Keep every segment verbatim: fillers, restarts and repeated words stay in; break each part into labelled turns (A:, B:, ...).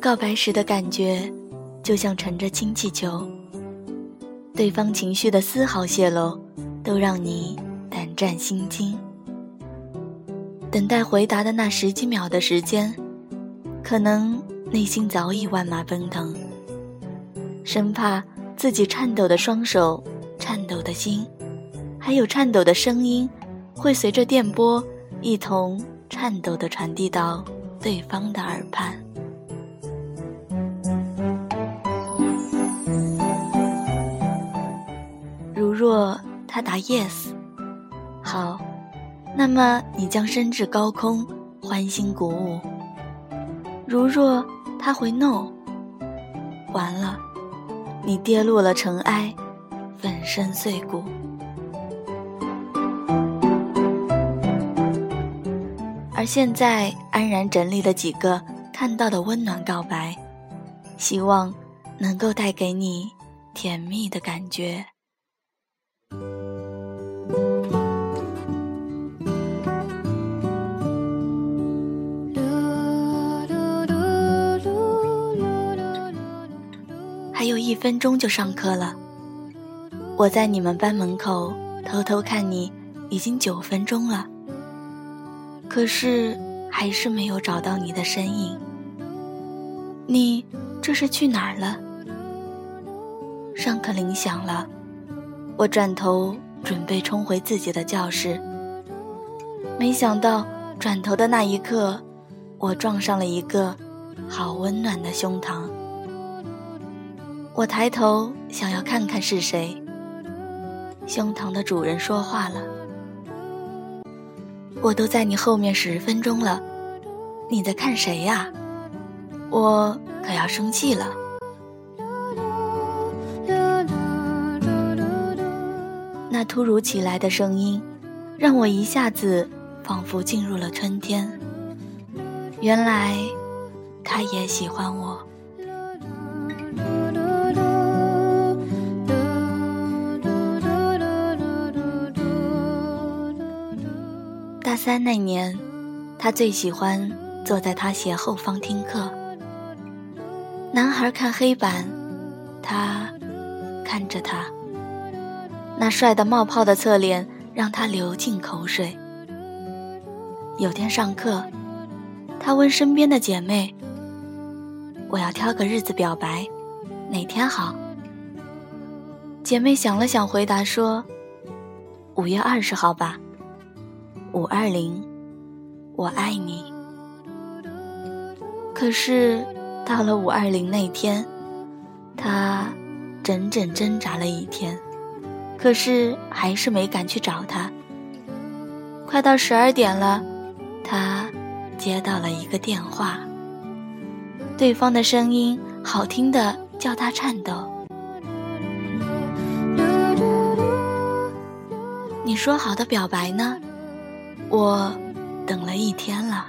A: 告白时的感觉就像乘着氢气球，对方情绪的丝毫泄露都让你胆战心惊。等待回答的那十几秒的时间，可能内心早已万马奔腾，生怕自己颤抖的双手、颤抖的心，还有颤抖的声音，会随着电波一同颤抖地传递到对方的耳畔。如若他答 yes， 好，那么你将升至高空，欢欣鼓舞。如若他回 no， 完了，你跌落了尘埃，粉身碎骨。而现在安然整理了几个看到的温暖告白，希望能够带给你甜蜜的感觉。还有一分钟就上课了，我在你们班门口偷偷看你已经九分钟了，可是还是没有找到你的身影。你这是去哪儿了？上课铃响了，我转头准备冲回自己的教室，没想到转头的那一刻，我撞上了一个好温暖的胸膛。我抬头想要看看是谁，胸膛的主人说话了：我都在你后面十分钟了，你在看谁呀？我可要生气了。那突如其来的声音让我一下子仿佛进入了春天，原来他也喜欢我。大三那年，他最喜欢坐在他斜后方听课。男孩看黑板，他看着他，那帅得冒泡的侧脸让他流尽口水。有天上课，他问身边的姐妹：我要挑个日子表白，哪天好？姐妹想了想回答说：五月二十号吧。五二零，我爱你。可是到了五二零那天，他整整挣扎了一天，可是还是没敢去找他。快到十二点了，他接到了一个电话，对方的声音好听的叫他颤抖。你说好的表白呢？我等了一天了。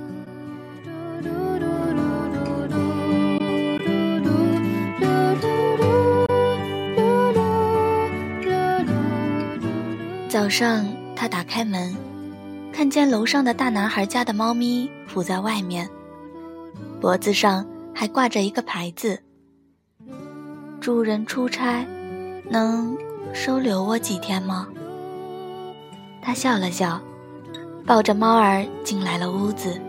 A: 早上他打开门，看见楼上的大男孩家的猫咪伏在外面，脖子上还挂着一个牌子：主人出差，能收留我几天吗？他笑了笑，抱着猫儿进来了屋子。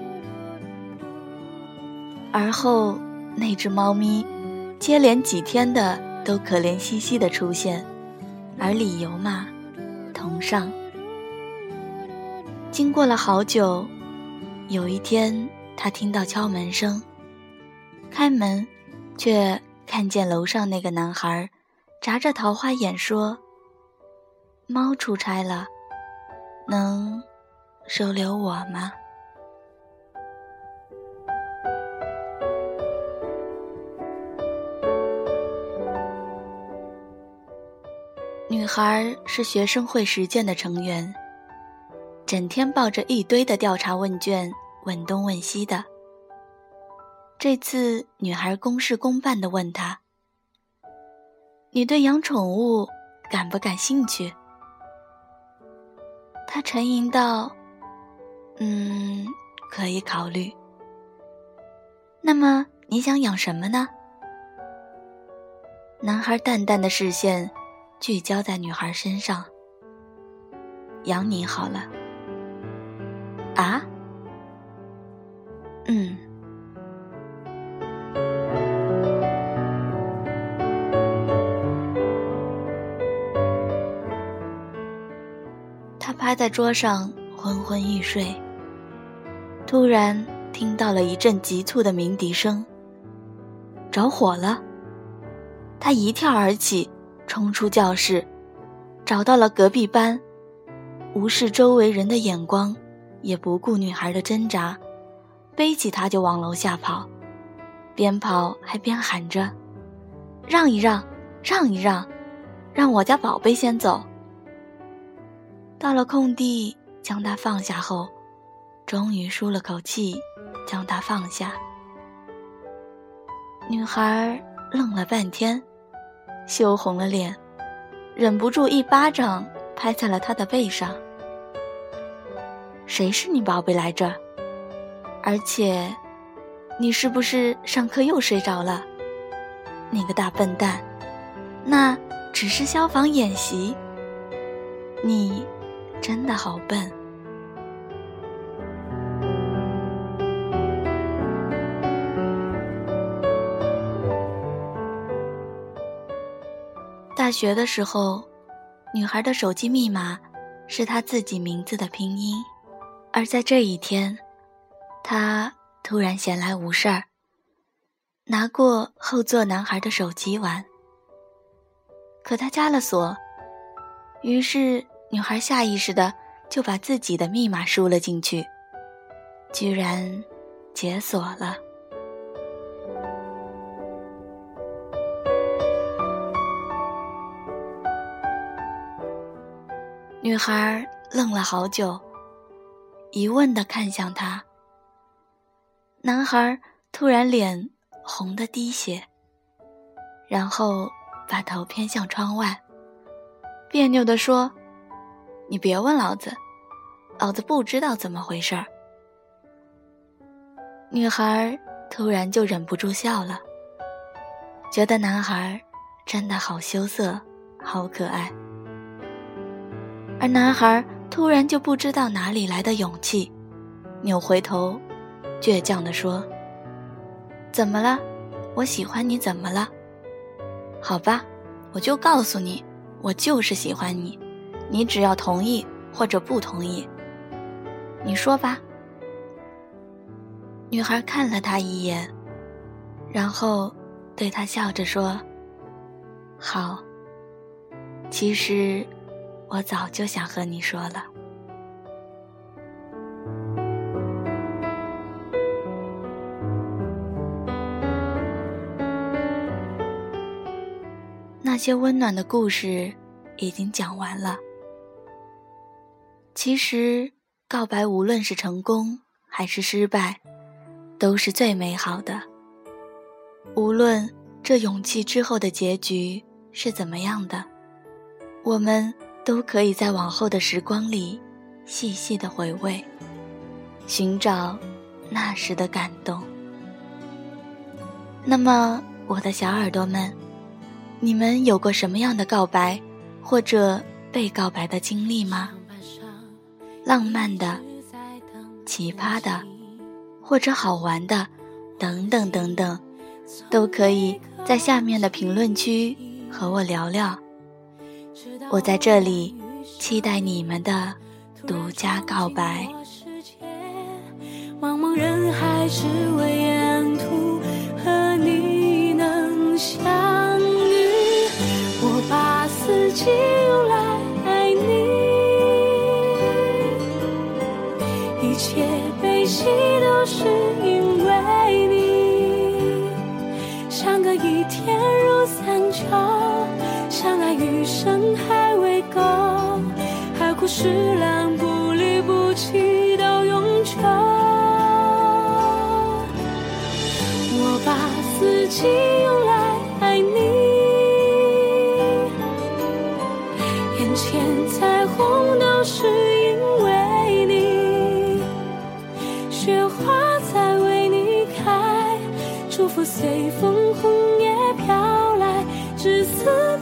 A: 而后那只猫咪接连几天的都可怜兮兮的出现，而理由嘛，同上。经过了好久，有一天他听到敲门声，开门却看见楼上那个男孩眨着桃花眼说：猫出差了，能收留我吗？女孩是学生会实践的成员，整天抱着一堆的调查问卷问东问西的。这次女孩公事公办地问他：你对养宠物感不感兴趣？他沉吟道：嗯，可以考虑。那么你想养什么呢？男孩淡淡的视线聚焦在女孩身上。养你好了。啊？嗯。他趴在桌上昏昏欲睡，突然听到了一阵急促的鸣笛声。着火了！他一跳而起，冲出教室，找到了隔壁班，无视周围人的眼光，也不顾女孩的挣扎，背起她就往楼下跑，边跑还边喊着：让一让，让一让，让我家宝贝先走。到了空地，将她放下后，终于舒了口气，将她放下。女孩愣了半天，羞红了脸，忍不住一巴掌拍在了他的背上。谁是你宝贝来着？而且，你是不是上课又睡着了？你个大笨蛋，那只是消防演习。你真的好笨。大学的时候，女孩的手机密码是她自己名字的拼音，而在这一天，她突然闲来无事儿，拿过后座男孩的手机玩。可他加了锁，于是女孩下意识的就把自己的密码输了进去，居然解锁了。女孩愣了好久，疑问地看向他。男孩突然脸红得滴血，然后把头偏向窗外，别扭地说：你别问老子，老子不知道怎么回事儿。女孩突然就忍不住笑了，觉得男孩真的好羞涩，好可爱。而男孩突然就不知道哪里来的勇气，扭回头，倔强地说：怎么了？我喜欢你怎么了？好吧，我就告诉你，我就是喜欢你，你只要同意或者不同意，你说吧。女孩看了他一眼，然后对他笑着说：好，其实我早就想和你说了。那些温暖的故事已经讲完了。其实，告白无论是成功还是失败，都是最美好的。无论这勇气之后的结局是怎么样的，我们都可以在往后的时光里细细的回味，寻找那时的感动。那么，我的小耳朵们，你们有过什么样的告白或者被告白的经历吗？浪漫的、奇葩的，或者好玩的，等等等等，都可以在下面的评论区和我聊聊。我在这里期待你们的独家告白。茫茫人海只为沿途和你能相遇，我把四季用来爱你，一切悲喜都是因为你，相隔一天如三秋，相爱余生还未够，海枯石烂不离不弃到永久，我把四季用来爱你，眼前彩虹都是因为你，雪花在为你开，
B: 束缚随风红叶飘来，至死